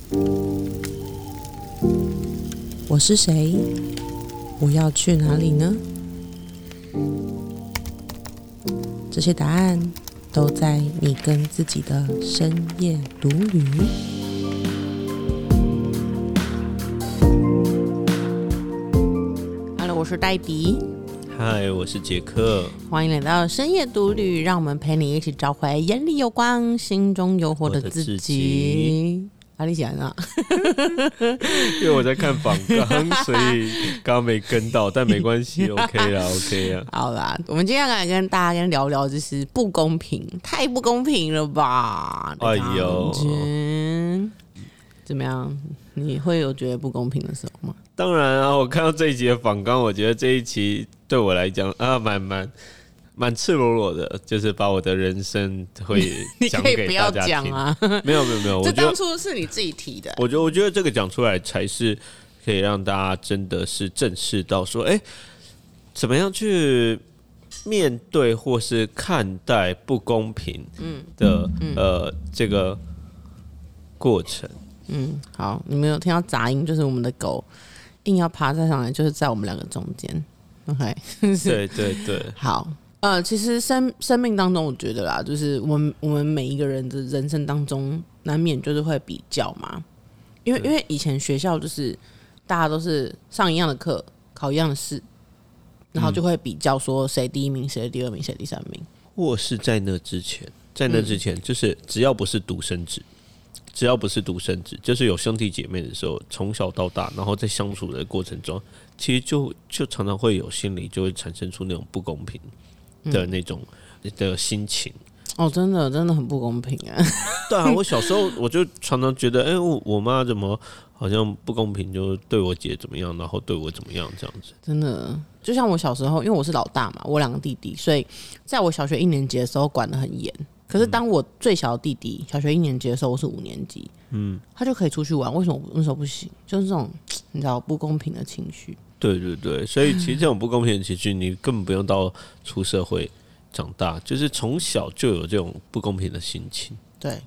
我是谁？我要去哪里呢？这些答案都在你跟自己的深夜独旅。Hello， 我是黛比。 嗨，我是杰克。 欢迎来到深夜独旅，让我们陪你一起找回眼里有光、心中有火的自己。哪里讲啊？ 因为我在看访纲，所以刚刚没跟到，但没关系，OK 啦，OK 啦。 好啦，我们今天来跟大家聊聊，就是不公平，太不公平了吧？ 哎呦， 怎么样？你会有觉得不公平的时候吗？ 当然啊，我看到这一集的访纲，我觉得这一期对我来讲啊，蛮赤裸裸的，就是把我的人生会讲给大家听。你可以不要讲啊。没有， 这当初是你自己提的。 我觉得这个讲出来才是可以让大家真的是正视到说，怎么样去面对或是看待不公平的这个过程。 好，你们有听到杂音？就是我们的狗硬要爬上来，就是在我们两个中间。OK， 对， 好。其实生命当中，我觉得啦，就是我们每一个人的人生当中，难免就是会比较嘛。因为以前学校就是大家都是上一样的课，考一样的试，然后就会比较说谁第一名，谁第二名，谁第三名。 或是在那之前，就是只要不是独生子，就是有兄弟姐妹的时候，从小到大，然后在相处的过程中，其实就常常会有心里就会产生出那种不公平的那种的心情。 真的很不公平啊！ 对啊，我小时候我就常常觉得，我妈怎么好像不公平，就对我姐怎么样，然后对我怎么样这样子。 真的，就像我小时候，因为我是老大嘛，我两个弟弟，所以在我小学1年级的时候管得很严。可是当我最小的弟弟小学1年级的时候，我是5年级，他就可以出去玩，为什么我那时候不行？就是这种你知道不公平的情绪。 对，所以其实这种不公平的情绪，你根本不用到出社会长大，就是从小就有这种不公平的心情。 对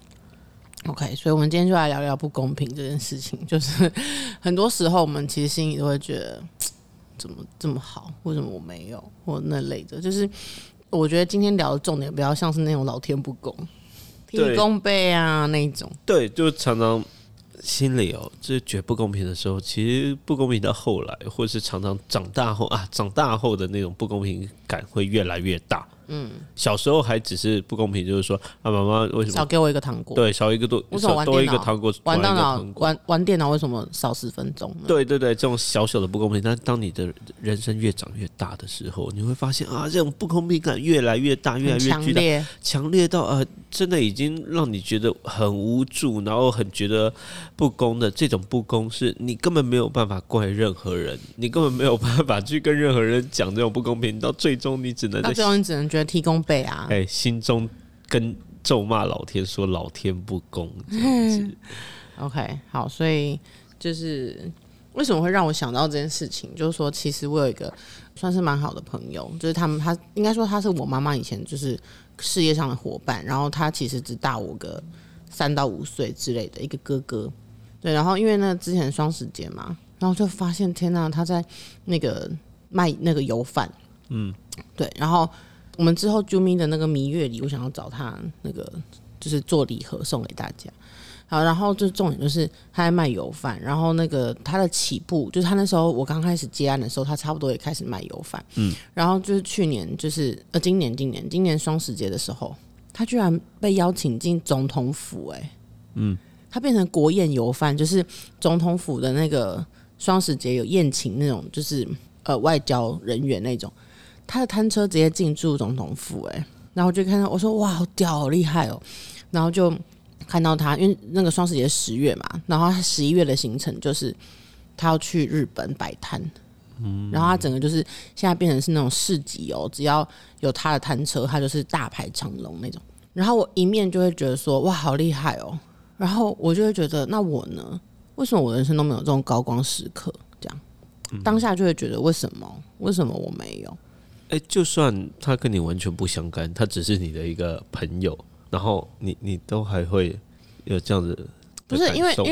，OK， 所以我们今天就来聊聊不公平这件事情。就是很多时候我们其实心里都会觉得，怎么这么好？为什么我没有？或那类的，就是我觉得今天聊的重点不要像是那种老天不公、天公杯啊那一种。对， 就常常心里就是觉得不公平的时候，其实不公平到后来，或是常常长大后的那种不公平感会越来越大。小时候还只是不公平，就是说妈妈为什么少给我一个糖果？ 对，少一个多一个糖果， 玩电脑为什么少10分钟呢？ 对，这种小小的不公平，但当你的人生越长越大的时候，你会发现这种不公平感越来越大，越来越巨大，强烈到真的已经让你觉得很无助，然后很觉得不公的这种不公，是你根本没有办法怪任何人，你根本没有办法去跟任何人讲这种不公平，到最终你只能觉得提供背啊， 心中跟咒骂老天说老天不公这样子。 OK， 好，所以就是为什么会让我想到这件事情，就是说其实我有一个算是蛮好的朋友，就是他应该说他是我妈妈以前就是事业上的伙伴，然后他其实只大我个3到5岁之类的一个哥哥。对，然后因为那之前双十节嘛，然后就发现天哪，他在那个卖那个油饭，对，然后我们之后啾咪的那个蜜月礼，我想要找他那个就是做礼盒送给大家。好，然后就重点就是他在卖油饭，然后那个他的起步就是他那时候我刚开始接案的时候，他差不多也开始卖油饭。然后就是去年就是今年双十节的时候，他居然被邀请进总统府他变成国宴油饭，就是总统府的那个双十节有宴请那种就是外交人员那种。他的摊车直接进驻总统府，然后我就看到我说哇好屌好厉害哦，然后就看到他，因为那个双十节10月嘛，然后他11月的行程就是他要去日本摆摊，然后他整个就是现在变成是那种市集只要有他的摊车，他就是大排长龙那种。然后我一面就会觉得说哇好厉害哦，然后我就会觉得那我呢？为什么我人生都没有这种高光时刻？这样当下就会觉得为什么我没有？ 就算他跟你完全不相干，他只是你的一个朋友，然后你都还会有这样子的不是因为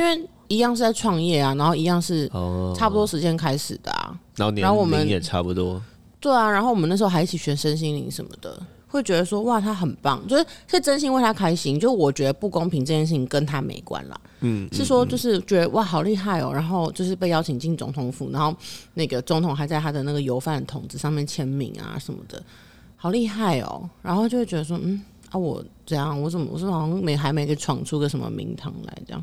一样是在创业啊，然后一样是差不多时间开始的啊， 然后我们也差不多， 对啊，然后我们那时候还一起学身心灵什么的，会觉得说哇他很棒，是真心为他开心，就我觉得不公平这件事情跟他没关啦，是说就是觉得哇好厉害哦，然后就是被邀请进总统府，然后那个总统还在他的那个油饭桶子上面签名啊什么的，好厉害哦，然后就会觉得说我这样我是好像还没给闯出个什么名堂来这样，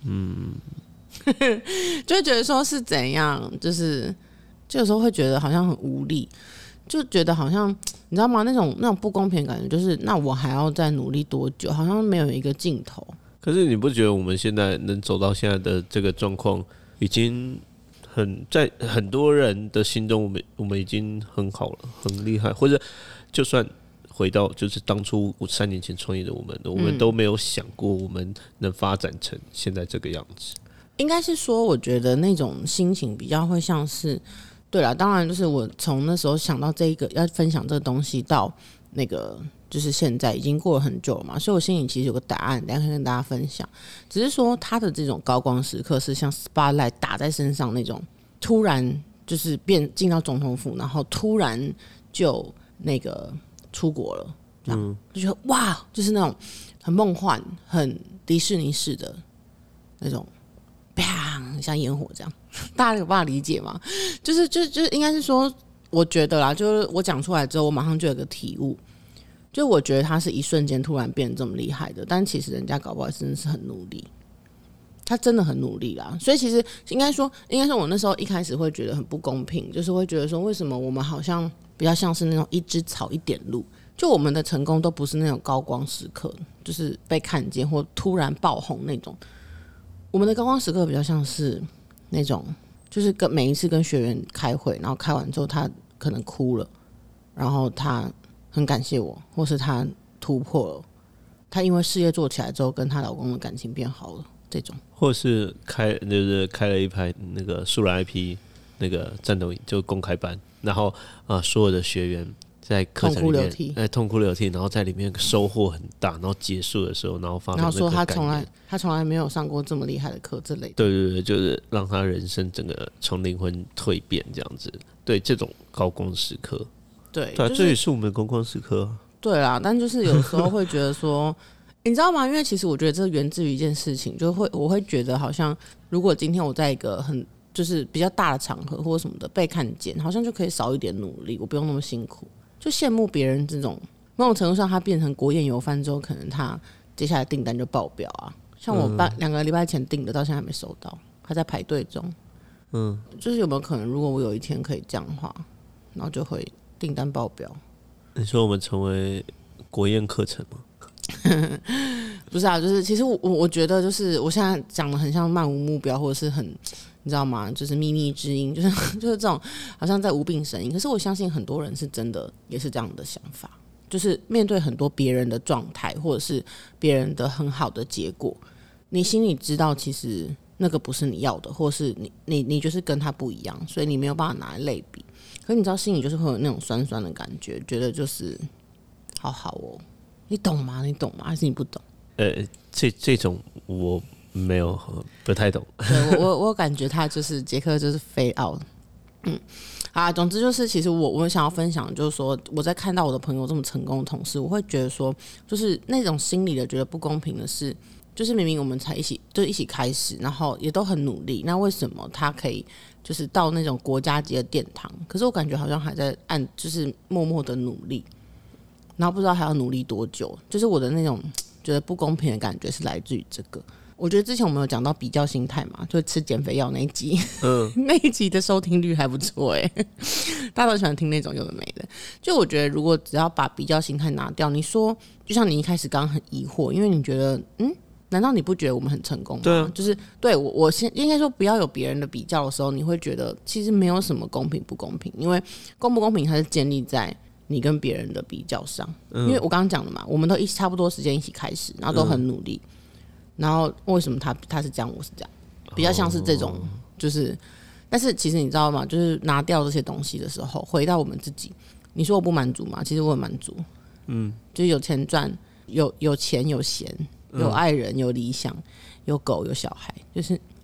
就会觉得说是怎样，就是就有时候会觉得好像很无力，就觉得好像你知道吗？那种不公平的感觉，就是那我还要再努力多久？好像没有一个尽头。 可是你不觉得我们现在能走到现在的这个状况，已经在很多人的心中，我们已经很好了，很厉害，或者就算回到就是当初3年前创业的我们都没有想过我们能发展成现在这个样子。 应该是说，我觉得那种心情比较会像是，对啦，当然就是我从那时候想到这个要分享这个东西到那个就是现在已经过了很久了嘛，所以我心里其实有个答案，等一下可以跟大家分享。只是说他的这种高光时刻是像 spotlight 打在身上那种，突然就是进到总统府，然后突然就那个出国了，这样就觉得哇，就是那种很梦幻、很迪士尼式的那种。砰，像烟火这样，大家有办法理解吗？就是应该是说，我觉得啦，就是我讲出来之后，我马上就有个体悟，就我觉得他是一瞬间突然变得这么厉害的，但其实人家搞不好真的是很努力，他真的很努力啦。所以其实应该说我那时候一开始会觉得很不公平，就是会觉得说，为什么我们好像比较像是那种一枝草一点露，就我们的成功都不是那种高光时刻，就是被看见或突然爆红那种。我们的高光时刻比较像是那种，就是每一次跟学员开会，然后开完之后他可能哭了，然后他很感谢我，或是他突破了，他因为事业做起来之后跟她老公的感情变好了，这种， 或是开了一排那个素人 IP 那个战斗营就公开班，然后所有的学员在课程里面痛哭流涕，然后在里面收获很大，然后结束的时候，然后发表那个说他概念从来没有上过这么厉害的课之类的。 对对对，就是让他人生整个从灵魂蜕变这样子。对，这种高光时刻， 对， 对、这也是我们的高光时刻。 对啦，但就是有时候会觉得说，你知道吗？因为其实我觉得这源自于一件事情，我会觉得好像，如果今天我在一个就是比较大的场合或者什么的被看见，好像就可以少一点努力，我不用那么辛苦。就羡慕别人这种，某种程度上他变成国宴油饭之后，可能他接下来订单就爆表啊。像我2个礼拜前订的，到现在还没收到，还在排队中。就是有没有可能，如果我有一天可以这样的话，然后就会订单爆表？ 你说我们成为国宴课程吗？ 不是啊，就是其实我觉得，就是我现在讲的很像漫无目标，或者是很你知道吗？就是秘密之音，就是这种好像在无病呻吟。可是我相信很多人是真的也是这样的想法，就是面对很多别人的状态，或者是别人的很好的结果，你心里知道其实那个不是你要的，或是你就是跟他不一样，所以你没有办法拿来类比。可是你知道心里就是会有那种酸酸的感觉，觉得就是好好哦，你懂吗？还是你不懂？ 这种我没有不太懂。 对我感觉他就是杰克就是飞out。总之就是其实我想要分享就是说，我在看到我的朋友这么成功的同时，我会觉得说，就是那种心里的觉得不公平的是，就是明明我们才一起开始，然后也都很努力，那为什么他可以就是到那种国家级的殿堂？可是我感觉好像还在就是默默的努力，然后不知道还要努力多久。就是我的那种觉得不公平的感觉是来自于这个。我觉得之前我们有讲到比较心态嘛，就吃减肥药那一集，那一集的收听率还不错大家都喜欢听那种有的没的。就我觉得如果只要把比较心态拿掉，你说就像你一开始刚刚很疑惑，因为你觉得难道你不觉得我们很成功吗？ 对啊， 就是对我应该说不要有别人的比较的时候，你会觉得其实没有什么公平不公平，因为公不公平它是建立在你跟别人的比较上。因为我刚刚讲的嘛，我们都差不多时间一起开始，然后都很努力，然后为什么他是这样，我是这样，比较像是这种，就是，但是其实你知道吗？就是拿掉这些东西的时候，回到我们自己，你说我不满足吗？其实我很满足，就是有钱赚，有钱有闲，有爱人，有理想，有狗有小孩，就是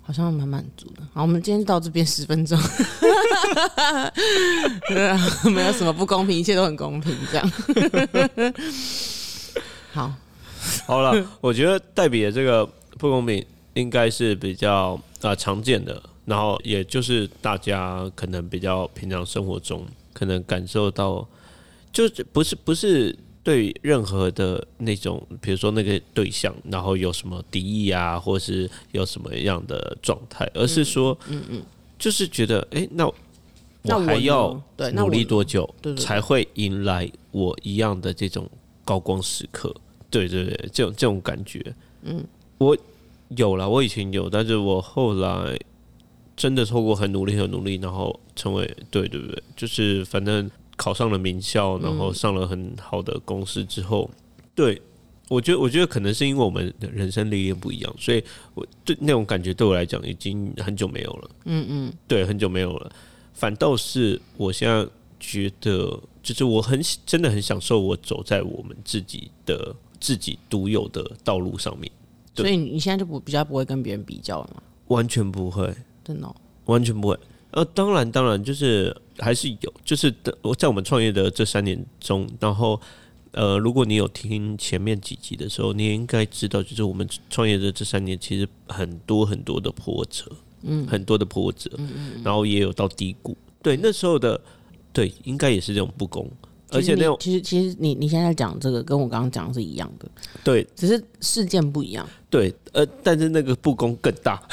好像蛮满足的。好，我们今天到这边10分钟，对啊，没有什么不公平，一切都很公平，这样。好了，我觉得黛比的这个不公平应该是比较常见的，然后也就是大家可能比较平常生活中可能感受到，就是不是对任何的那种，比如说那个对象，然后有什么敌意啊，或是有什么样的状态，而是说，就是觉得，那我还要努力多久才会迎来我一样的这种高光时刻？对对对，这种感觉，我有啦，我以前有，但是我后来真的透过很努力，然后成为对，就是反正考上了名校，然后上了很好的公司之后，对我觉得可能是因为我们的人生历练不一样，所以我对那种感觉对我来讲已经很久没有了。对，很久没有了。反倒是我现在觉得，就是我真的很享受我走在我们自己独有的道路上面。 所以你现在就比较不会跟别人比较了吗？ 完全不会， 真的完全不会。当然，就是还是有，就是在我们创业的这3年中，然后如果你有听前面几集的时候，你也应该知道，就是我们创业的这3年，其实很多的波折，很多的波折，然后也有到低谷。对，那时候的对，应该也是这种不公。而且那种其实你现在讲这个跟我刚刚讲的是一样的， 对， 只是事件不一样。 对，但是那个不公更大。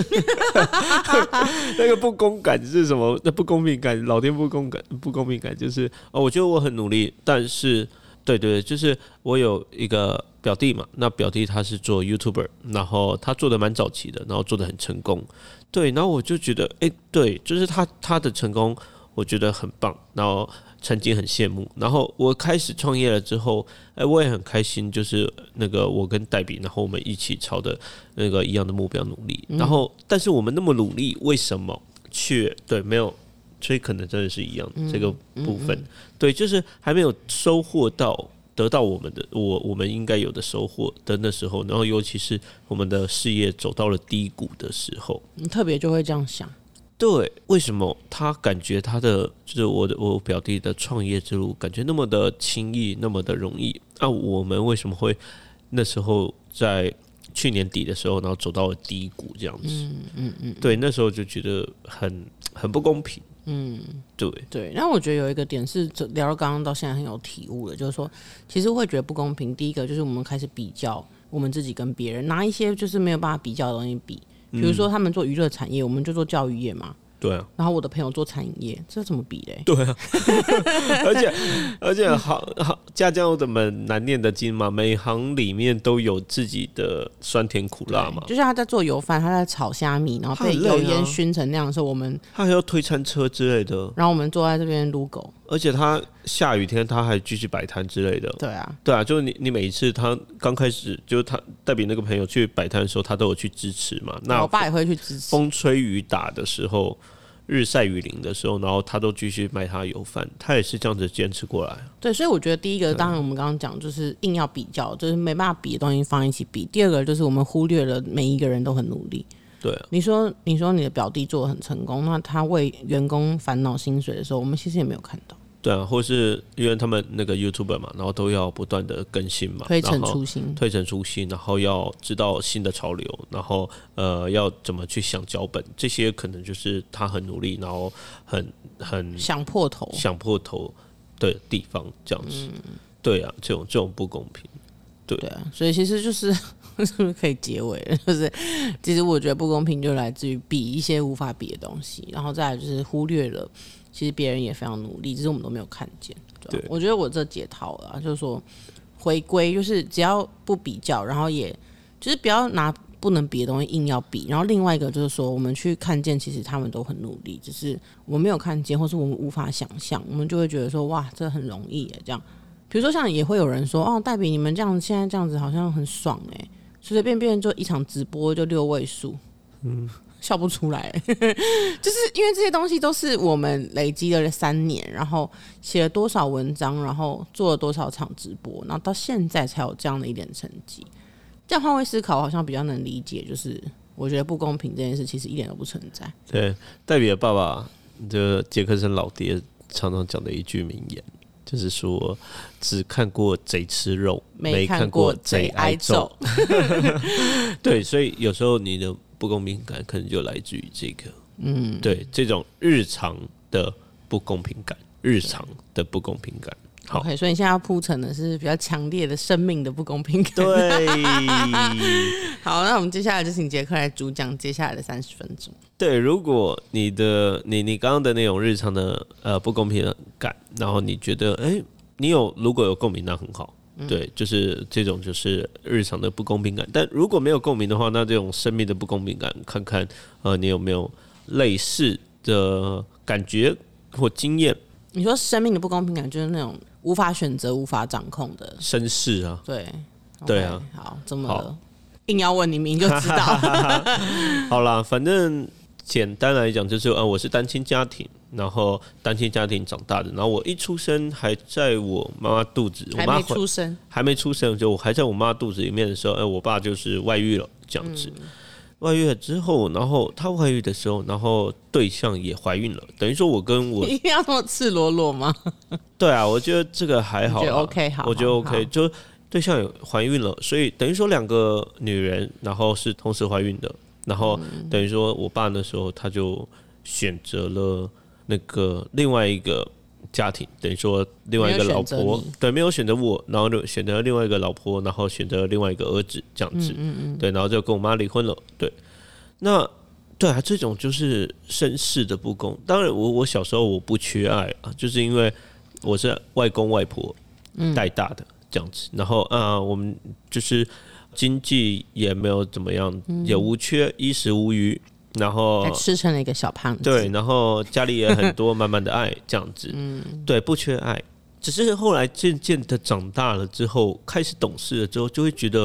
那个不公感是什么？那不公平感，老天不公平感就是我觉得我很努力，但是对，就是我有一个表弟嘛，那表弟他是做 YouTuber， 然后他做的蛮早期的，然后做的很成功。对，然后我就觉得，对，就是他的成功，我觉得很棒，然后曾经很羡慕，然后我开始创业了之后，我也很开心，就是那个我跟黛比，然后我们一起朝着那个一样的目标努力，然后但是我们那么努力，为什么却没有？所以可能真的是一样的这个部分，对，就是还没有收获到得到我们应该有的收获的那时候，然后尤其是我们的事业走到了低谷的时候， 你特别就会这样想。 对，为什么他感觉他的就是我表弟的创业之路感觉那么的轻易，那么的容易？我们为什么会那时候在去年底的时候，然后走到了低谷这样子？对，那时候就觉得很不公平。对。那我觉得有一个点是聊到刚刚到现在很有体悟的，就是说，其实会觉得不公平。第一个就是我们开始比较我们自己跟别人，拿一些就是没有办法比较的东西比。比如说他们做娱乐产业，我们就做教育业嘛。 对啊。 然后我的朋友做餐饮业，这怎么比嘞？ 对啊。而且好家家的们难念的经嘛，每行里面都有自己的酸甜苦辣嘛。 就像他在做油饭，他在炒虾米，然后被油烟熏成那样的时候， 他还要推餐车之类的， 然后我们坐在这边撸狗。 而且他下雨天他还继续摆摊之类的。对啊，就是你每一次他刚开始就是他代表那个朋友去摆摊的时候，他都有去支持嘛。那我爸也会去支持。 风吹雨打的时候，日晒雨淋的时候，然后他都继续卖他油饭，他也是这样子坚持过来。 对，所以我觉得第一个，当然我们刚刚讲就是硬要比较，就是没办法比的东西放一起比。第二个就是我们忽略了每一个人都很努力。 对啊， 你说你的表弟做得很成功，那他为员工烦恼薪水的时候，我们其实也没有看到。 对啊，或是因为他们那个 YouTuber 嘛，然后都要不断的更新嘛， 推陈出新， 然后要知道新的潮流，然后要怎么去想脚本，这些可能就是他很努力，然后很想破头的地方，这样子。对啊，这种不公平。对啊，所以其实就是是不是可以结尾了？就是其实我觉得不公平就来自于比一些无法比的东西，然后再来就是忽略了其实别人也非常努力，只是我们都没有看见。对，我觉得我这解套了，就是说回归，就是只要不比较，然后也就是不要拿不能比的东西硬要比。然后另外一个就是说，我们去看见其实他们都很努力，只是我们没有看见，或是我们无法想象，我们就会觉得说哇，这很容易耶这样。比如说像也会有人说黛比你们这样现在这样子好像很爽耶，随随便便就一场直播就6位数，笑不出来。就是因为这些东西都是我们累积了3年，然后写了多少文章，然后做了多少场直播，然后到现在才有这样的一点成绩。这样换位思考好像比较能理解，就是我觉得不公平这件事其实一点都不存在。 对，黛比的爸爸就杰克森老爹常常讲的一句名言，就是说只看过贼吃肉，没看过贼挨揍。对，所以有时候你的不公平感可能就来自于这个，对，这种日常的不公平感，日常的不公平感。好 ，OK， 所以你现在要铺陈的是比较强烈的生命的不公平感。 对， 好，那我们接下来就请杰克来主讲接下来的30分钟。 对，如果你刚刚的那种日常的不公平感，然后你觉得你如果有共鸣，那很好。对，就是这种就是日常的不公平感。但如果没有共鸣的话，那这种生命的不公平感，看看你有没有类似的感觉或经验。 你说生命的不公平感，就是那种无法选择、无法掌控的身世啊。 对， 对啊。 好，这么了，硬要问你明就知道。 好啦，反正简单来讲就是我是单亲家庭，然后单亲家庭长大的，然后我一出生还在我妈妈肚子， 还没出生， 就我还在我妈肚子里面的时候，我爸就是外遇了，这样子。外遇了之后，然后他外遇的时候，然后对象也怀孕了，等于说我跟我一定要那么赤裸裸吗？ 对啊，我觉得这个还好，我觉得 OK， 好， 我觉得 OK， 就对象也怀孕了，所以等于说2个女人，然后是同时怀孕的，然后等于说我爸那时候他就选择了那个另外一个家庭，等于说另外一个老婆，对，没有选择我，然后就选择了另外一个老婆，然后选择了另外一个儿子，这样子，对，然后就跟我妈离婚了，对，那对啊，这种就是身世的不公。当然我小时候我不缺爱啊，就是因为我是外公外婆带大的这样子，然后我们就是经济也没有怎么样，也无缺，衣食无余。然后还吃成了一个小胖子， 对，然后家里也很多满满的爱，这样子，对，不缺爱，只是后来渐渐的长大了之后，开始懂事了之后，就会觉得，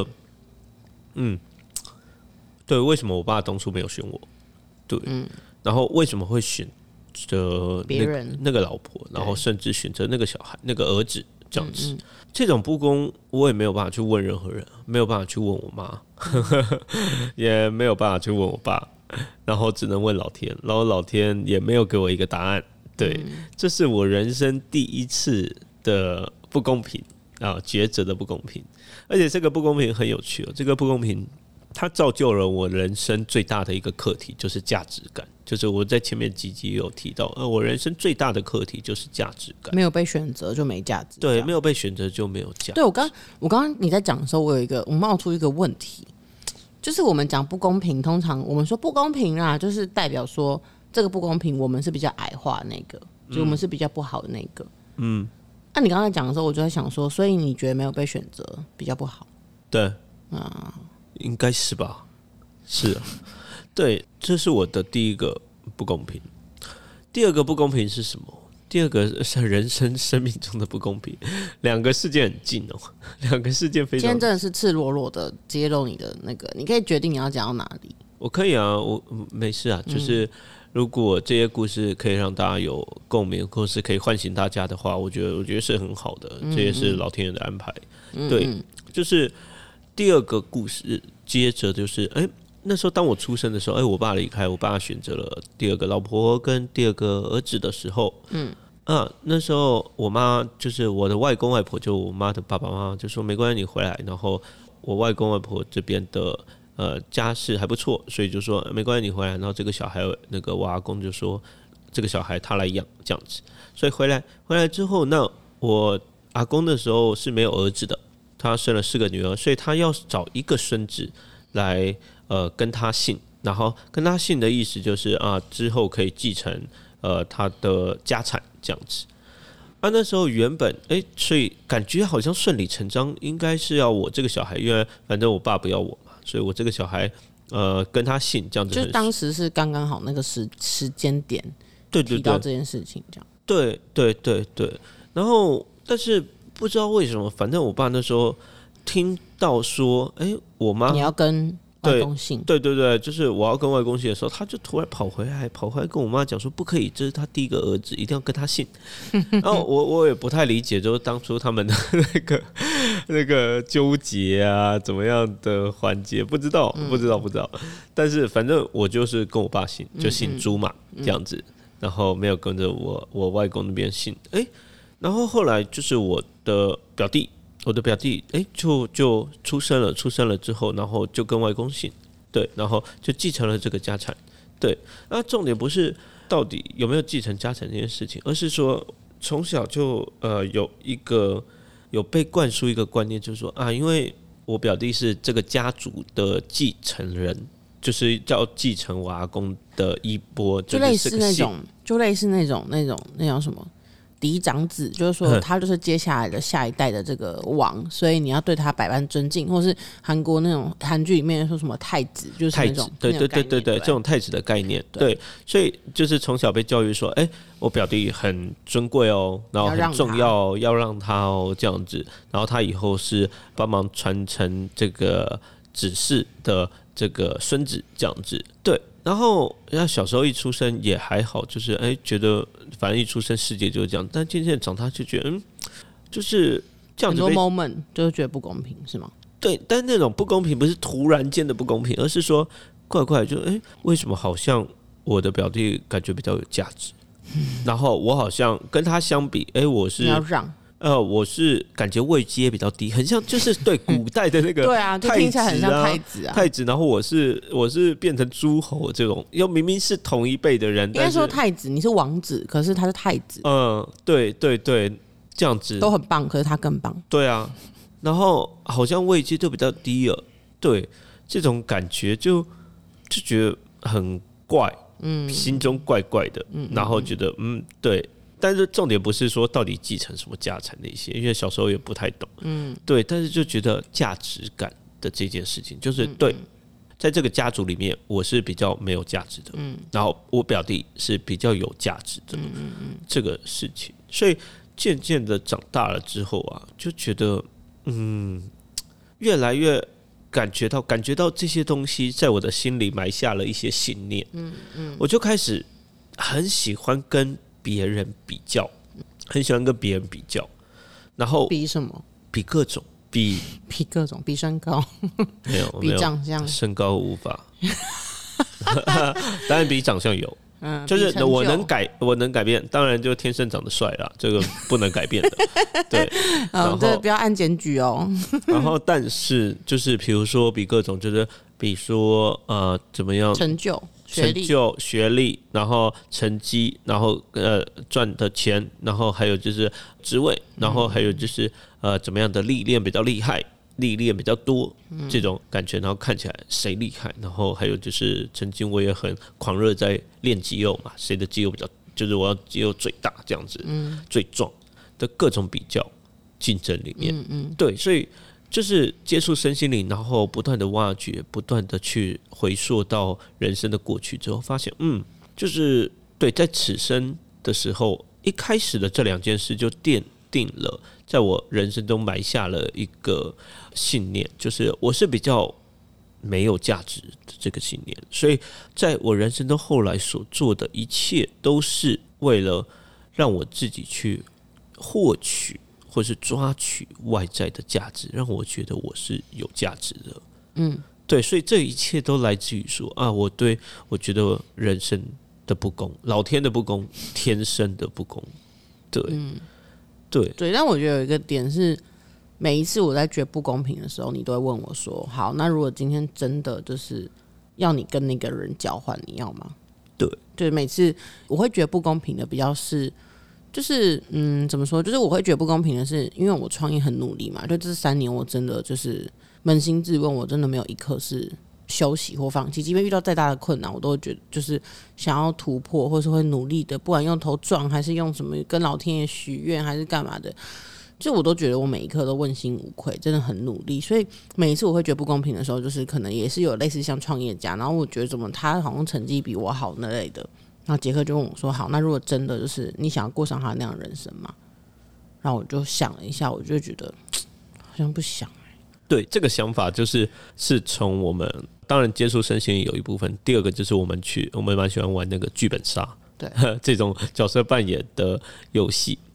对，为什么我爸当初没有选我？对，然后为什么会选择别人那个老婆，然后甚至选择那个小孩、那个儿子这样子，这种不公，我也没有办法去问任何人，没有办法去问我妈，也没有办法去问我爸。然后只能问老天，然后老天也没有给我一个答案。对，这是我人生第一次的不公平啊，抉择的不公平。而且这个不公平很有趣哦，这个不公平它造就了我人生最大的一个课题，就是价值感。就是我在前面几集有提到，我人生最大的课题就是价值感。 没有被选择就没价值。 对，没有被选择就没有价值。 对，我刚刚你在讲的时候，我冒出一个问题。就是我们讲不公平，通常我们说不公平啦，就是代表说这个不公平，我们是比较矮化的那个，就我们是比较不好的那个。那你刚才讲的时候，我就在想说，所以你觉得没有被选择比较不好？ 对，应该是吧？是啊，对，这是我的第一个不公平。第二个不公平是什么？第二个是人生命中的不公平，两个事件很近哦，两个事件非常。 今天真的是赤裸裸的揭露你的那个，你可以决定你要讲到哪里。 我可以啊，我没事啊，就是如果这些故事可以让大家有共鸣，或是可以唤醒大家的话，我觉得是很好的，这也是老天爷的安排。对，就是第二个故事，接着就是那时候当我出生的时候，我爸离开，我爸选择了第二个老婆跟第二个儿子的时候，那时候我妈就是我的外公外婆，就我妈的爸爸妈妈就说没关系，你回来。然后我外公外婆这边的家世还不错，所以就说没关系，你回来。然后这个小孩，那个我阿公就说这个小孩他来养这样子。所以回来之后，那我阿公那时候是没有儿子的，他生了4个女儿，所以他要找一个孙子来。跟他姓，然后跟他姓的意思就是之后可以继承他的家产这样子。那时候原本所以感觉好像顺理成章，应该是要我这个小孩，因为反正我爸不要我嘛，所以我这个小孩跟他姓这样子。 就是当时是刚刚好那个时间点，对提到这件事情这样。 对，然后但是不知道为什么，反正我爸那时候听到说，我妈你要跟。外公姓对，就是我要跟外公姓的时候，他就突然跑回来跟我妈讲说不可以，这是他第一个儿子，一定要跟他姓。然后我也不太理解，就是当初他们的那个那个纠结啊，怎么样的环节不知道，但是反正我就是跟我爸姓，就姓朱嘛，这样子，然后没有跟着我外公那边姓，然后后来就是我的表弟，就出生了之后，然后就跟外公姓，对，然后就继承了这个家产，对，那重点不是到底有没有继承家产这件事情，而是说从小就有被灌输一个观念，就是说啊，因为我表弟是这个家族的继承人，就是要继承我阿公的衣钵， 就类似那种什么嫡长子，就是说他就是接下来的下一代的这个王，所以你要对他百般尊敬，或是韩国那种韩剧里面说什么太子，就是那种对，这种太子的概念，对，所以就是从小被教育说，我表弟很尊贵哦，然后很重要，要让他哦这样子，然后他以后是帮忙传承这个指示的这个孙子这样子，对。然后他小时候一出生也还好，就是觉得反正一出生世界就是这样，但渐渐长大就觉得就是这样子， 很多 moment 就是觉得不公平，是吗？ 对，但那种不公平不是突然间的不公平，而是说怪怪就为什么好像我的表弟感觉比较有价值，然后我好像跟他相比，我是你要让。 我是感觉位阶比较低，很像就是对古代的那个对啊，就听起来很像太子啊。 太子，然后我是变成诸侯这种，又明明是同一辈的人， 应该说太子，你是王子，可是他是太子。 对，这样子都很棒，可是他更棒。 对啊，然后好像位阶就比较低了，对，这种感觉就觉得很怪，心中怪怪的，然后觉得对。但是重点不是说到底继承什么家产那些，因为小时候也不太懂，对，但是就觉得价值感的这件事情，就是对，在这个家族里面，我是比较没有价值的，然后我表弟是比较有价值的，这个事情，所以渐渐的长大了之后啊，就觉得越来越感觉到这些东西在我的心里埋下了一些信念，我就开始很喜欢跟别人比较，很喜欢跟别人比较，然后比什么？ 比各种，比各种，比身高， 没有， 比长相， 身高无法，当然比长相有，就是我能改变，当然就天生长得帅啦，这个不能改变的，对， 对，不要按检举哦。 然后，但是就是比如说比各种，就是比如说怎么样成就、 学历，然后成绩，然后赚的钱，然后还有就是职位，然后还有就是怎么样的历练比较厉害，历练比较多这种感觉，然后看起来谁厉害，然后还有就是曾经我也很狂热在练肌肉嘛，谁的肌肉比较，就是我要肌肉最大这样子，最壮的各种比较竞争里面，对，所以。就是接触身心灵，然后不断的挖掘，不断的去回溯到人生的过去之后，发现，就是对，在此生的时候，一开始的这两件事就奠定了在我人生中埋下了一个信念，就是我是比较没有价值的这个信念，所以在我人生中后来所做的一切，都是为了让我自己去获取。或是抓取外在的价值，让我觉得我是有价值的。对，所以这一切都来自于说啊，我觉得人生的不公，老天的不公，天生的不公。对，对。 但我觉得有一个点是，每一次我在觉得不公平的时候，你都会问我说：“好，那如果今天真的就是要你跟那个人交换，你要吗？” 对， 就是每次我会觉得不公平的比较是。就是怎么说？就是我会觉得不公平的是，因为我创业很努力嘛，就这3年我真的就是扪心自问，我真的没有一刻是休息或放弃。即便遇到再大的困难，我都会觉得就是想要突破，或是会努力的，不管用头撞还是用什么跟老天爷许愿还是干嘛的，就我都觉得我每一刻都问心无愧，真的很努力。所以每一次我会觉得不公平的时候，就是可能也是有类似像创业家，然后我觉得怎么他好像成绩比我好那类的。然后杰克就问我说：“好，那如果真的就是你想要过上他那样的人生吗？”然后我就想了一下，我就觉得好像不想。 对，这个想法是从我们当然接触身心有一部分，第二个就是我们蛮喜欢玩那个剧本杀， 对这种角色扮演的游戏。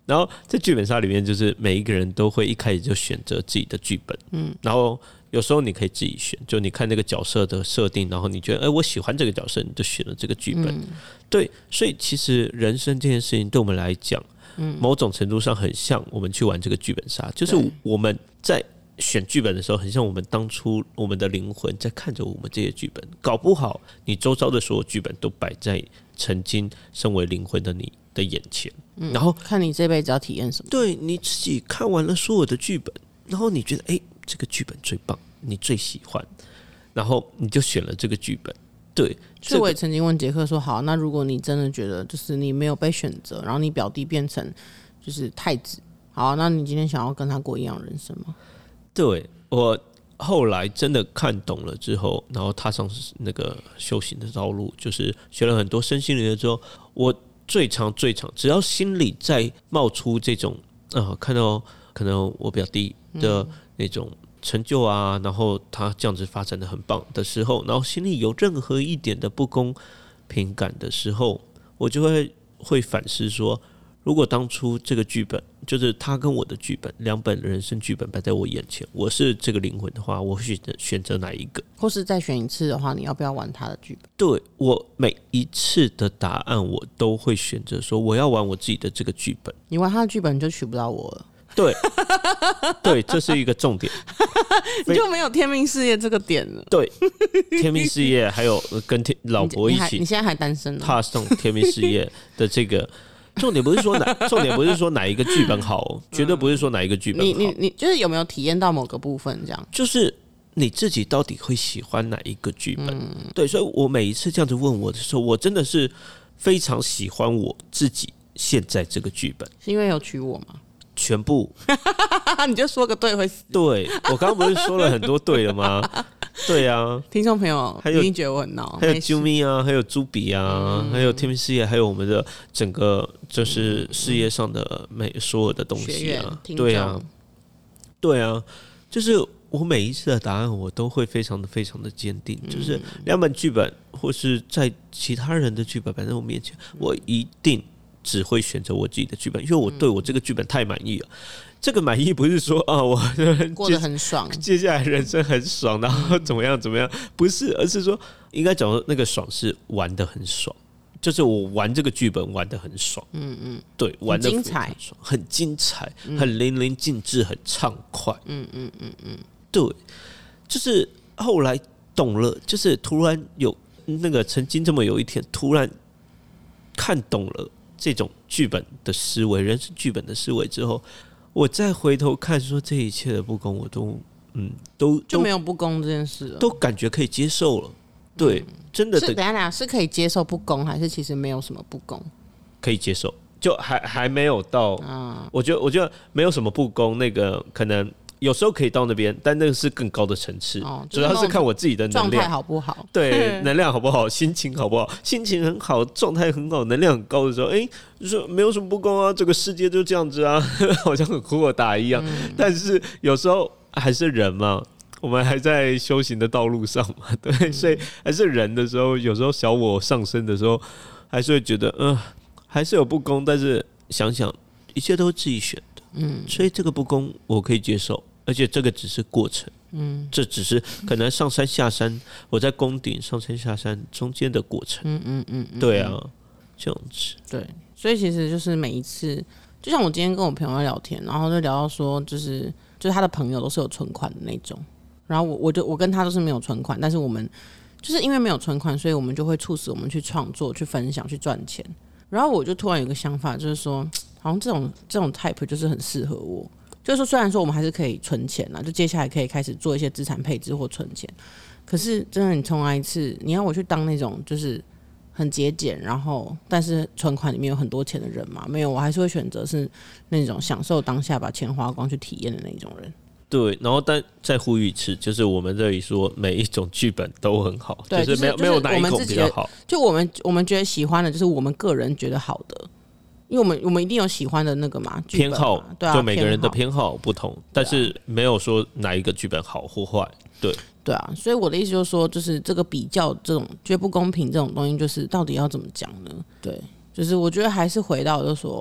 然后在剧本杀里面，就是每一个人都会一开始就选择自己的剧本，然后有时候你可以自己选，就你看那个角色的设定，然后你觉得我喜欢这个角色，你就选了这个剧本。对，所以其实人生这件事情对我们来讲，某种程度上很像我们去玩这个剧本杀，就是我们在选剧本的时候，很像我们当初我们的灵魂在看着我们这些剧本，搞不好你周遭的所有剧本都摆在曾经身为灵魂的你的眼前，然后看你这辈子要体验什么。 对，你自己看完了所有的剧本，然后你觉得这个剧本最棒，你最喜欢，然后你就选了这个剧本。对， 所以我也曾经问杰克说，好，那如果你真的觉得就是你没有被选择，然后你表弟变成就是太子，好，那你今天想要跟他过一样人生吗？ 对，我后来真的看懂了之后，然后踏上那个修行的道路，就是学了很多身心灵的之后，我最长只要心里在冒出这种看到可能我表弟的那种成就啊，然后他这样子发展的很棒的时候，然后心里有任何一点的不公平感的时候，我就会反思说，如果当初这个剧本就是他跟我的剧本两本人生剧本摆在我眼前，我是这个灵魂的话，我会选择哪一个？ 或是再选一次的话，你要不要玩他的剧本？ 对，我每一次的答案，我都会选择说我要玩我自己的这个剧本。 你玩他的剧本，你就娶不到我了。 对，对，这是一个重点， 你就没有天命事业这个点了。 对，天命事业还有跟老婆一起， 你现在还单身呢， 踏上天命事业的这个。重点不是说哪一个剧本好，绝对不是说哪一个剧本好。 你就是有没有体验到某个部分这样？ 就是你自己到底会喜欢哪一个剧本？对，所以我每一次这样子问我的时候，我真的是非常喜欢我自己现在这个剧本。 是因为有娶我吗？ 全部， 你就说个对会死。 对，我刚刚不是说了很多对了吗？对啊， 听众朋友一定觉得我很闹， 还有啾咪啊，还有朱比啊，还有天命事业，还有我们的整个就是事业上的所有的东西啊，对啊，对啊，就是我每一次的答案，我都会非常的坚定，就是两本剧本或是在其他人的剧本摆在我面前，我一定只会选择我自己的剧本，因为我对我这个剧本太满意了。这个满意不是说我过得很爽， 接下来人生很爽，然后怎么样，不是，而是说应该讲说那个爽是玩得很爽，就是我玩这个剧本玩得很爽，对，玩得很精彩，很精彩，很淋漓尽致，很畅快，对，就是后来懂了，就是突然有那个曾经这么有一天，突然看懂了这种剧本的思维，人生剧本的思维之后，我再回头看说这一切的不公，我都就没有不公这件事了， 都感觉可以接受了。对，真的是等一下是可以接受不公，还是其实没有什么不公？ 可以接受，就还没有到。我觉得没有什么不公，那个可能有时候可以到那边，但那个是更高的层次。主要是看我自己的能量状态好不好。 对，能量好不好，心情好不好，心情很好，状态很好，能量很高的时候，就是没有什么不公啊，这个世界就这样子啊，好像很豁达一样。但是有时候还是人嘛，我们还在修行的道路上嘛，对，所以还是人的时候，有时候小我上升的时候，还是会觉得，还是有不公。但是想想，一切都是自己选的，所以这个不公我可以接受。而且这个只是过程，这只是可能上山下山，我在宫顶上山下山中间的过程，对啊，这样子， 对，所以其实就是每一次，就像我今天跟我朋友在聊天，然后就聊到说，就是他的朋友都是有存款的那种，然后我跟他都是没有存款，但是我们就是因为没有存款，所以我们就会促使我们去创作、去分享、去赚钱。然后我就突然有个想法，就是说，好像这种 type 就是很适合我。就是说，虽然说我们还是可以存钱啦，就接下来可以开始做一些资产配置或存钱，可是真的你重来一次，你要我去当那种就是很节俭，然后但是存款里面有很多钱的人嘛？没有，我还是会选择是那种享受当下把钱花光去体验的那种人。 对，然后但再呼吁一次，就是我们这里说每一种剧本都很好， 对， 就是没有哪一种比较好。 就我们觉得喜欢的，就是我们个人觉得好的。因为我们一定有喜欢的那个嘛偏好， 对啊， 就每个人的偏好不同，但是没有说哪一个剧本好或坏，对啊，所以我的意思就是说，就是这个比较这种觉得不公平这种东西，就是到底要怎么讲呢？对，就是我觉得还是回到就是说，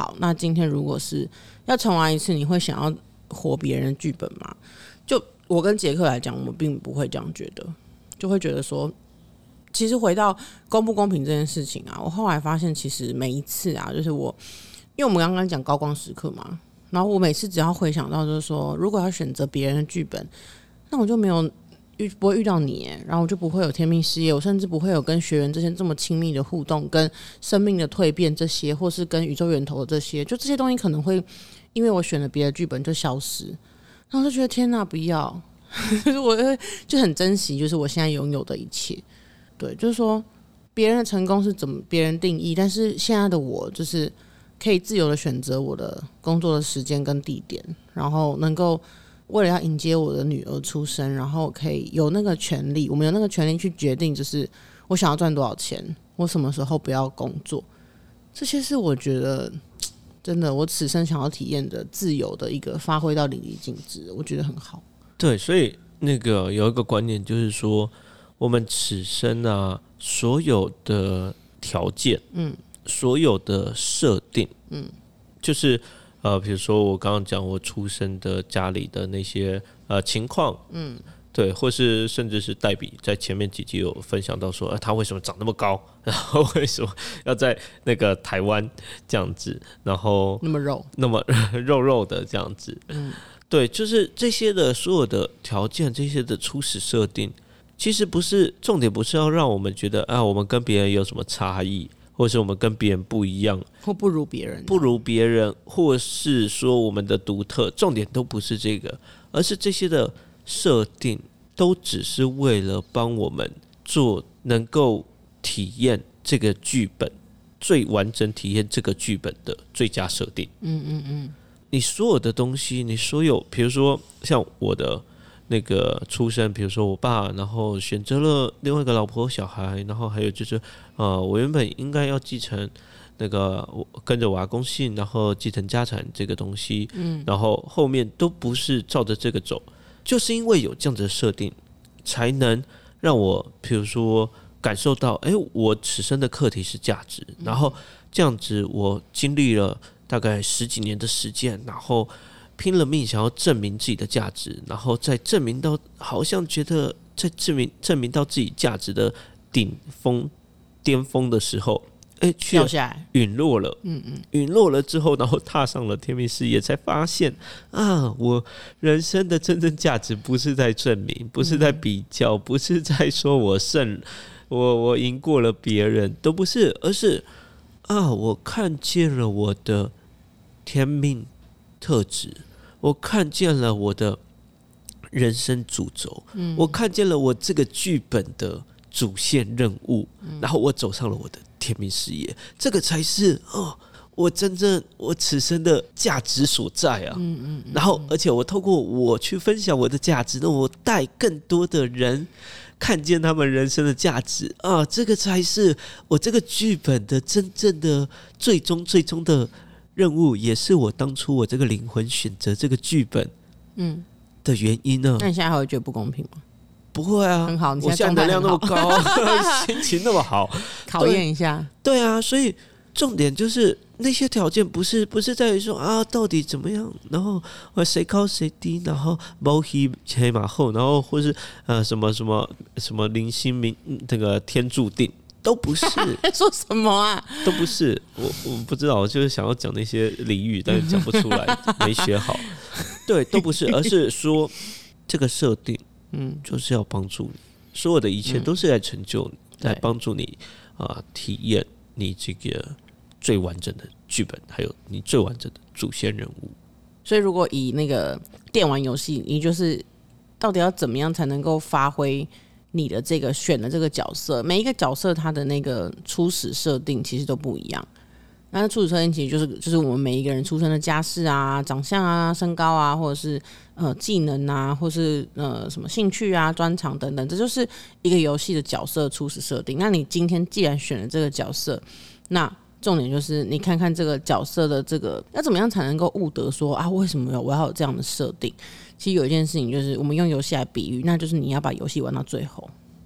好，那今天如果是要重来一次，你会想要活别人的剧本吗？就我跟杰克来讲，我们并不会这样觉得，就会觉得说，其实回到公不公平这件事情啊，我后来发现，其实每一次啊，就是因为我们刚刚讲高光时刻嘛，然后我每次只要回想到，就是说，如果要选择别人的剧本，那我就不会遇到你，然后我就不会有天命事业，我甚至不会有跟学员这些这么亲密的互动，跟生命的蜕变这些，或是跟宇宙源头的这些，就这些东西可能会因为我选了别的剧本就消失，然后我就觉得天哪，不要，就是我就很珍惜，就是我现在拥有的一切。对，就是说别人的成功是怎么别人定义，但是现在的我就是可以自由的选择我的工作的时间跟地点，然后能够为了要迎接我的女儿出生，然后可以有那个权利，我们有那个权利去决定，就是我想要赚多少钱，我什么时候不要工作，这些是我觉得真的我此生想要体验的自由的一个发挥到淋漓尽致，我觉得很好。 对，所以那个有一个观念就是说，我们此生啊，所有的条件，所有的设定，就是比如说我刚刚讲我出生的家里的那些情况，对，或是甚至是黛比在前面几集有分享到说，他为什么长那么高，然后为什么要在那个台湾这样子，然后那么肉肉的这样子，对，就是这些的所有的条件，这些的初始设定，其实不是重点，不是要让我们觉得我们跟别人有什么差异。或是我们跟别人不一样， 或不如别人， 或是说我们的独特，重点都不是这个，而是这些的设定都只是为了帮我们做能够体验这个剧本最完整体验这个剧本的最佳设定。你所有的东西，你所有，比如说像我的那个出身，比如说我爸，然后选择了另外一个老婆小孩，然后还有就是我原本应该要继承那个跟着我阿公姓，然后继承家产这个东西，然后后面都不是照着这个走，就是因为有这样子的设定，才能让我比如说感受到，我此生的课题是价值，然后这样子我经历了大概10几年的时间，然后拼了命想要证明自己的价值，然后再证明到好像觉得在证明到自己价值的巅峰的时候， 掉下来陨落了，陨落了之后，然后踏上了天命事业，才发现我人生的真正价值不是在证明，不是在比较，不是在说我赢过了别人，都不是，而是我看见了我的天命特质，我看见了我的人生主轴，我看见了我这个剧本的主线任务，然后我走上了我的天命事业，这个才是我真正我此生的价值所在啊！然后而且我透过我去分享我的价值，那我带更多的人看见他们人生的价值啊，这个才是我这个剧本的真正的最终的任务，也是我当初我这个灵魂选择这个剧本的原因呢。 那你现在还会觉得不公平吗？ 不会啊， 很好，你现在能量那么高，心情那么好， 考验一下。 对啊，所以重点就是那些条件不是在于说到底怎么样，然后谁高谁低，然后猫黑马后，然后或是什么零星那个天注定。都不是说什么啊？ 都不是，我不知道，我就是想要讲那些俚语，但是讲不出来，没学好。对，都不是，而是说这个设定，就是要帮助你，所有的一切都是在成就你，在帮助你体验你这个最完整的剧本，还有你最完整的主线人物。 所以，如果以那个电玩游戏，你就是到底要怎么样才能够发挥你的这个选的这个角色，每一个角色它的那个初始设定其实都不一样。那初始设定其实就是我们每一个人出生的家世啊、长相啊、身高啊，或者是技能啊，或是什么兴趣啊、专长等等，这就是一个游戏的角色初始设定。那你今天既然选了这个角色，那重点就是你看看这个角色的这个要怎么样才能够悟得说为什么我要有这样的设定。其实有一件事情就是我们用游戏来比喻，那就是你要把游戏玩到最后，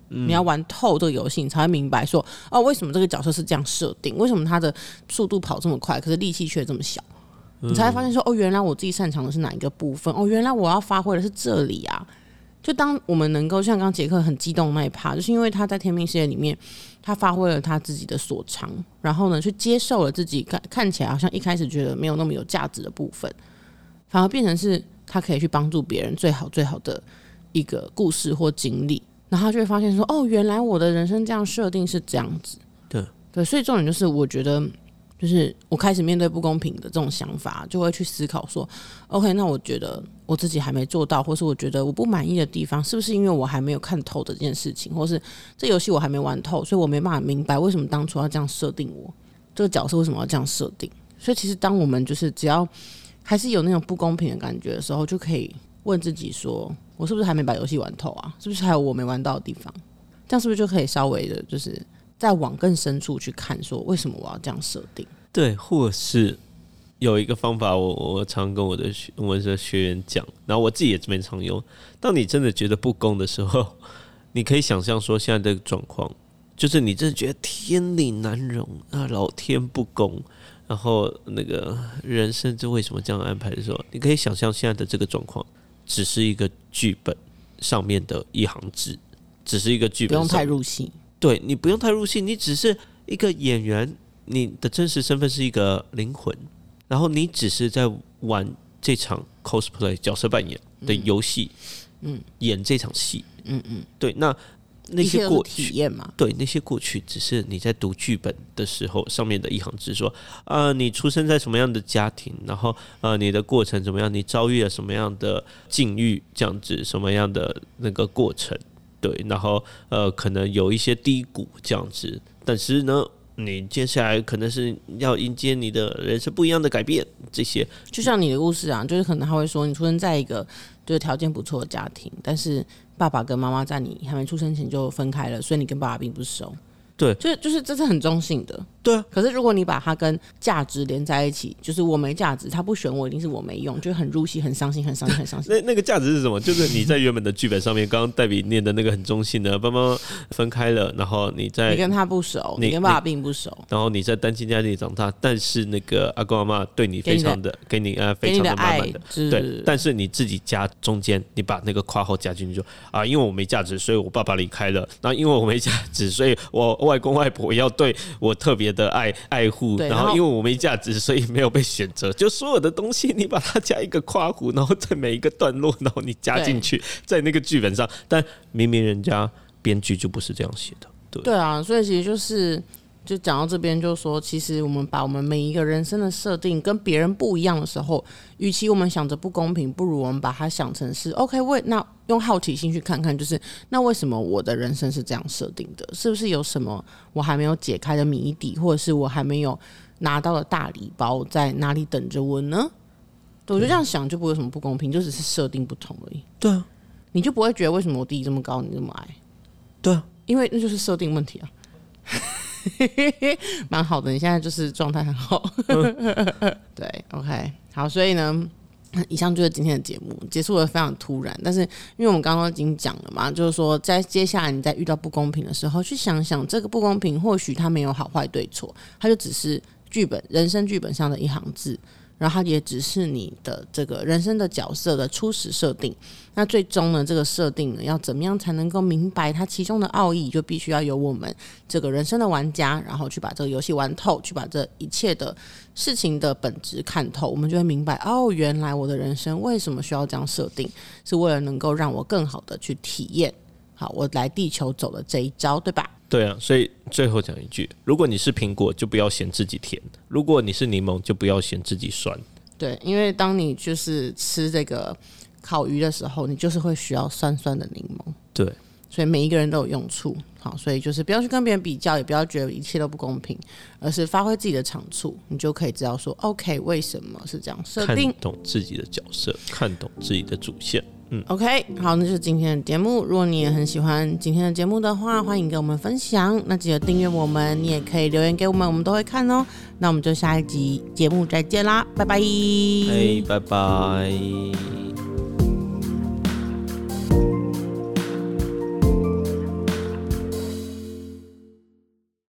你要玩透这个游戏，你才会明白说，哦，为什么这个角色是这样设定？为什么他的速度跑这么快，可是力气却这么小？你才会发现说，哦，原来我自己擅长的是哪一个部分？哦，原来我要发挥的是这里啊！就当我们能够像刚刚杰克很激动那一趴，就是因为他在天命世界里面，他发挥了他自己的所长，然后呢，去接受了自己看起来好像一开始觉得没有那么有价值的部分，反而变成是他可以去帮助别人最好的一个故事或经历，然后他就会发现说，哦，原来我的人生这样设定是这样子。对，所以重点就是我觉得。就是我开始面对不公平的这种想法，就会去思考说 OK， 那我觉得我自己还没做到，或是我觉得我不满意的地方，是不是因为我还没有看透这件事情，或是这游戏我还没玩透，所以我没办法明白为什么当初要这样设定我这个角色为什么要这样设定。所以其实当我们就是只要还是有那种不公平的感觉的时候，就可以问自己说，我是不是还没把游戏玩透啊？是不是还有我没玩到的地方？这样是不是就可以稍微的就是再往更深处去看，说为什么我要这样设定？ 对，或是有一个方法我常跟我的学员讲，然后我自己也这边常用。当你真的觉得不公的时候，你可以想象说现在的状况，就是你真的觉得天理难容啊，老天不公，然后那个人生这为什么这样安排的时候，你可以想象现在的这个状况只是一个剧本上面的一行字，只是一个剧本， 不用太入戏。 对，你不用太入戏，你只是一个演员，你的真实身份是一个灵魂，然后你只是在玩这场 cosplay 角色扮演的游戏，演这场戏，对，那些过去体验嘛， 对，那些过去只是你在读剧本的时候上面的一行字说，你出生在什么样的家庭，然后你的过程怎么样，你遭遇了什么样的境遇，这样子什么样的那个过程。对，然后可能有一些低谷这样子，但是呢，你接下来可能是要迎接你的人生不一样的改变，这些就像你的故事啊，就是可能他会说，你出生在一个就是条件不错的家庭，但是爸爸跟妈妈在你还没出生前就分开了，所以你跟爸爸并不熟。 对， 就是这是很中性的。 对啊， 可是如果你把它跟价值连在一起，就是我没价值，他不选我，一定是我没用，就很入戏，很伤心，很伤心，很伤心。 那个价值是什么？就是你在原本的剧本上面，刚刚黛比念的那个很中性的，爸妈分开了，然后你跟他不熟，你跟爸爸并不熟，然后你在单亲家庭长大，但是那个阿公阿嬷对你非常的给你非常的满满的，对，但是你自己加中间，你把那个括号加进去，就因为我没价值，所以我爸爸离开了，然后因为我没价值，所以我外公外婆要对我特别的爱护，然后因为我没价值，所以没有被选择。就所有的东西，你把它加一个括弧，然后在每一个段落，然后你加进去，在那个剧本上。但明明人家编剧就不是这样写的， 对啊，所以其实就讲到这边，就说其实我们把我们每一个人生的设定跟别人不一样的时候，与其我们想着不公平，不如我们把它想成是 OK， 那用好奇心去看看，就是那为什么我的人生是这样设定的？是不是有什么我还没有解开的谜底，或者是我还没有拿到的大礼包在哪里等着我呢？对，我就这样想，就不会有什么不公平，就只是设定不同而已。 对啊， 你就不会觉得为什么我弟这么高，你这么矮？ 对啊， 因为那就是设定问题啊。蛮好的，你现在就是状态很好。对 ，OK， 好，所以呢，以上就是今天的节目，结束的非常突然，但是因为我们刚刚已经讲了嘛，就是说在接下来你在遇到不公平的时候，去想想这个不公平，或许它没有好坏对错，它就只是人生剧本上的一行字。然后它也只是你的这个人生的角色的初始设定，那最终呢，这个设定呢，要怎么样才能够明白它其中的奥义，就必须要由我们这个人生的玩家，然后去把这个游戏玩透，去把这一切的事情的本质看透，我们就会明白，原来我的人生为什么需要这样设定，是为了能够让我更好的去体验，好，我来地球走的这一招，对吧？ 对啊，所以最后讲一句，如果你是苹果，就不要嫌自己甜；如果你是柠檬，就不要嫌自己酸。 对，因为当你就是吃这个烤鱼的时候，你就是会需要酸酸的柠檬。 对， 所以每一个人都有用处。好，所以就是不要去跟别人比较，也不要觉得一切都不公平，而是发挥自己的长处，你就可以知道说 OK 为什么是这样设定， 看懂自己的角色，看懂自己的主线。 OK， 好，那就是今天的节目。如果你也很喜欢今天的节目的话，欢迎跟我们分享。那记得订阅我们，你也可以留言给我们，我们都会看哦。那我们就下一集节目再见啦，拜拜。 拜拜。